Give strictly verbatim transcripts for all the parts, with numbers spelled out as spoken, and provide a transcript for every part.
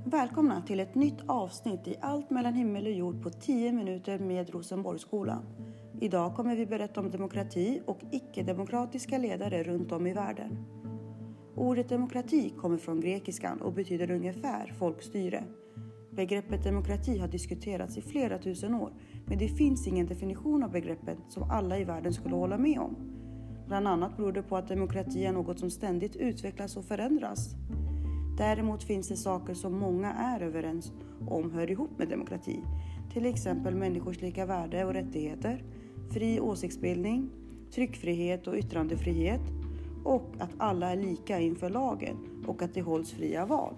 Välkomna till ett nytt avsnitt i Allt mellan himmel och jord på tio minuter med Rosenborgsskolan. Idag kommer vi berätta om demokrati och icke-demokratiska ledare runt om i världen. Ordet demokrati kommer från grekiskan och betyder ungefär folkstyre. Begreppet demokrati har diskuterats i flera tusen år, men det finns ingen definition av begreppet som alla i världen skulle hålla med om. Bland annat beror det på att demokrati är något som ständigt utvecklas och förändras. Däremot finns det saker som många är överens om hör ihop med demokrati. Till exempel människors lika värde och rättigheter, fri åsiktsbildning, tryckfrihet och yttrandefrihet och att alla är lika inför lagen och att det hålls fria val.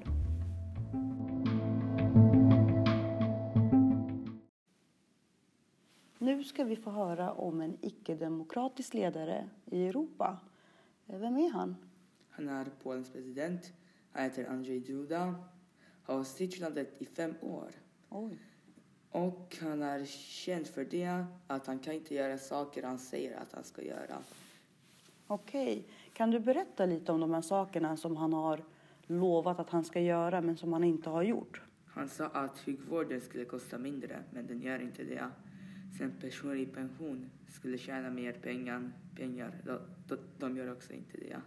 Nu ska vi få höra om en icke-demokratisk ledare i Europa. Vem är han? Han är Polens president. Han heter Andrzej Duda. Har styrt landet i fem år. Oj. Och han är känd för det att han kan inte göra saker han säger att han ska göra. Okej. Kan du berätta lite om de här sakerna som han har lovat att han ska göra men som han inte har gjort? Han sa att sjukvården skulle kosta mindre, men den gör inte det. Sen personer i pension skulle tjäna mer pengar. pengar. De, de, de gör också inte det.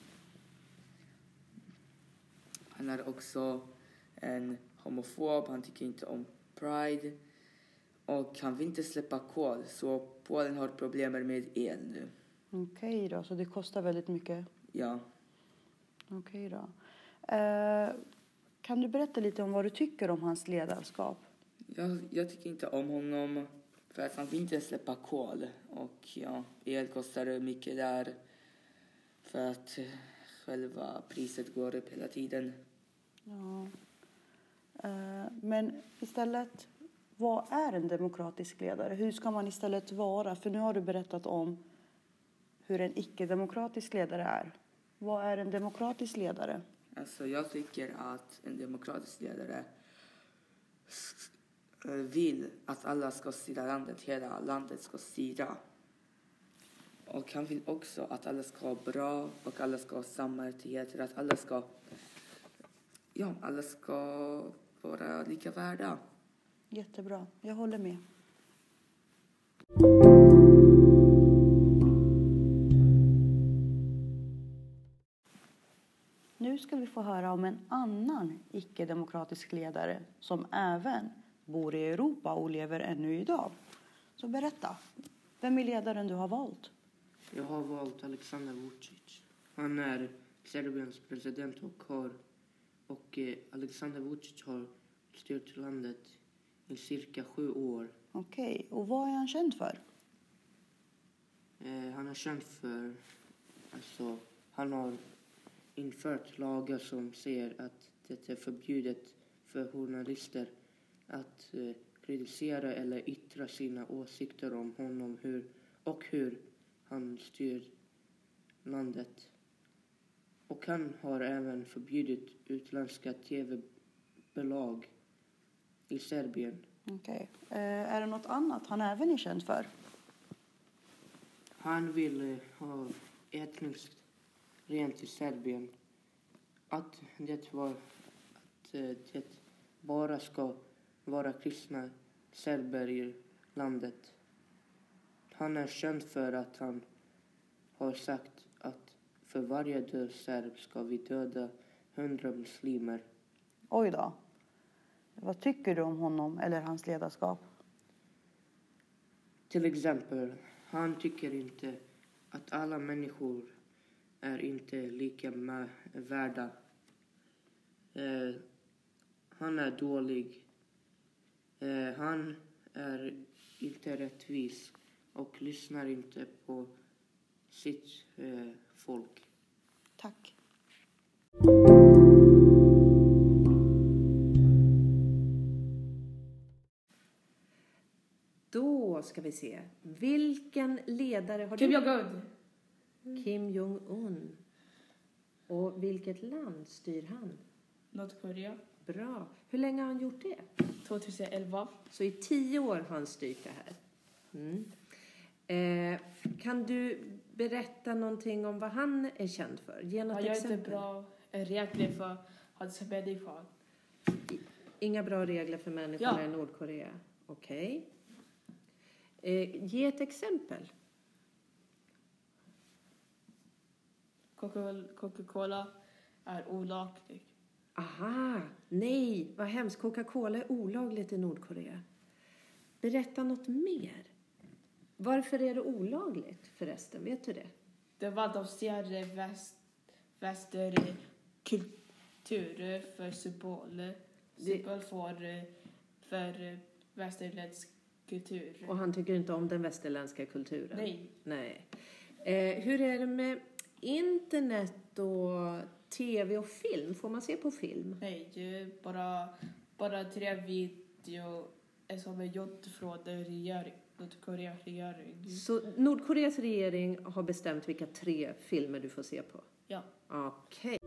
Han är också en homofob. Han tycker inte om Pride. Och han vill inte släppa kol. Så Polen har problem med el nu. Okej då, så det kostar väldigt mycket? Ja. Okej då. Eh, kan du berätta lite om vad du tycker om hans ledarskap? Jag, jag tycker inte om honom. För att han vill inte släppa kol. Och ja, el kostar mycket där. För att själva priset går upp hela tiden. Ja. Eh, men istället, vad är en demokratisk ledare? Hur ska man istället vara? För nu har du berättat om hur en icke-demokratisk ledare är. Vad är en demokratisk ledare? Alltså jag tycker att en demokratisk ledare vill att alla ska styra landet. Hela landet ska styra. Och han vill också att alla ska vara bra och alla ska ha samma rättigheter. Att alla ska, ja, alla ska vara lika värda. Jättebra, jag håller med. Nu ska vi få höra om en annan icke-demokratisk ledare som även bor i Europa och lever ännu idag. Så berätta, vem är ledaren du har valt? Jag har valt Aleksandar Vučić. Han är Serbiens president och har och eh, Aleksandar Vučić har styrt landet i cirka sju år. Okej, och vad är han känd för? Eh, han är känd för alltså han har infört lagar som säger att det är förbjudet för journalister att eh, kritisera eller yttra sina åsikter om honom hur och hur han styr landet. Och han har även förbjudit utländska tv-bolag i Serbien. Okej. Eh, är det något annat han även är känd för? Han vill eh, ha etniskt rent i Serbien. Att det var att eh, det bara ska vara kristna serber i landet. Han är känd för att han har sagt att för varje död serb ska vi döda hundra muslimer. Oj då. Vad tycker du om honom eller hans ledarskap? Till exempel, han tycker inte att alla människor är inte lika med värda. Eh, han är dålig. Eh, han är inte rättvis och lyssnar inte på sitt eh, folk. Tack. Då ska vi se. Vilken ledare har Kim du? Jong-Un. Kim Jong-Un. Och vilket land styr han? Nordkorea. Bra. Hur länge har han gjort det? tjugoelva. Så i tio år har han styrt det här. Mm. Eh, kan du berätta någonting om vad han är känd för? Ge något Han gör exempel. inte bra regler för hans människor. Inga bra regler för människorna Ja. i Nordkorea. Okej. Eh, ge ett exempel. Coca- Coca-Cola är olaglig. Aha, nej, vad hemskt. Coca-Cola är olagligt i Nordkorea. Berätta något mer. Varför är det olagligt förresten? Vet du det? Det var de ser väst, västerkultur för symboler. Symbol för, för västerländsk kultur. Och han tycker inte om den västerländska kulturen. Nej. Nej. Eh, hur är det med internet och tv och film? Får man se på film? Nej, det är bara, bara tre video som är gjort från regering, Nordkoreas regering. Så Nordkoreas regering har bestämt vilka tre filmer du får se på? Ja. Okej.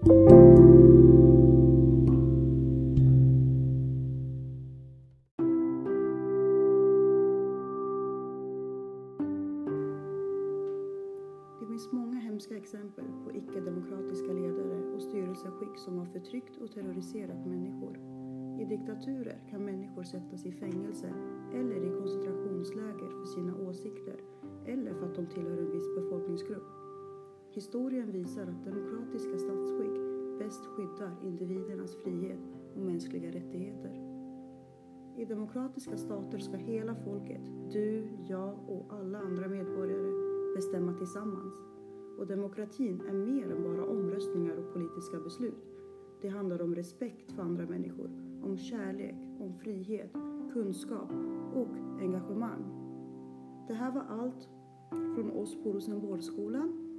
Det finns många hemska exempel på icke-demokratiska ledare och styrelseskick som har förtryckt och terroriserat människor. I diktaturer kan människor sättas i fängelse eller i koncentrationsläger för sina åsikter eller för att de tillhör en viss befolkningsgrupp. Historien visar att demokratiska statsskick bäst skyddar individernas frihet och mänskliga rättigheter. I demokratiska stater ska hela folket, du, jag och alla andra medborgare, bestämma tillsammans. Och demokratin är mer än bara omröstningar och politiska beslut. Det handlar om respekt för andra människor, om kärlek, om frihet, kunskap och engagemang. Det här var allt från oss på Rosenborgsskolan.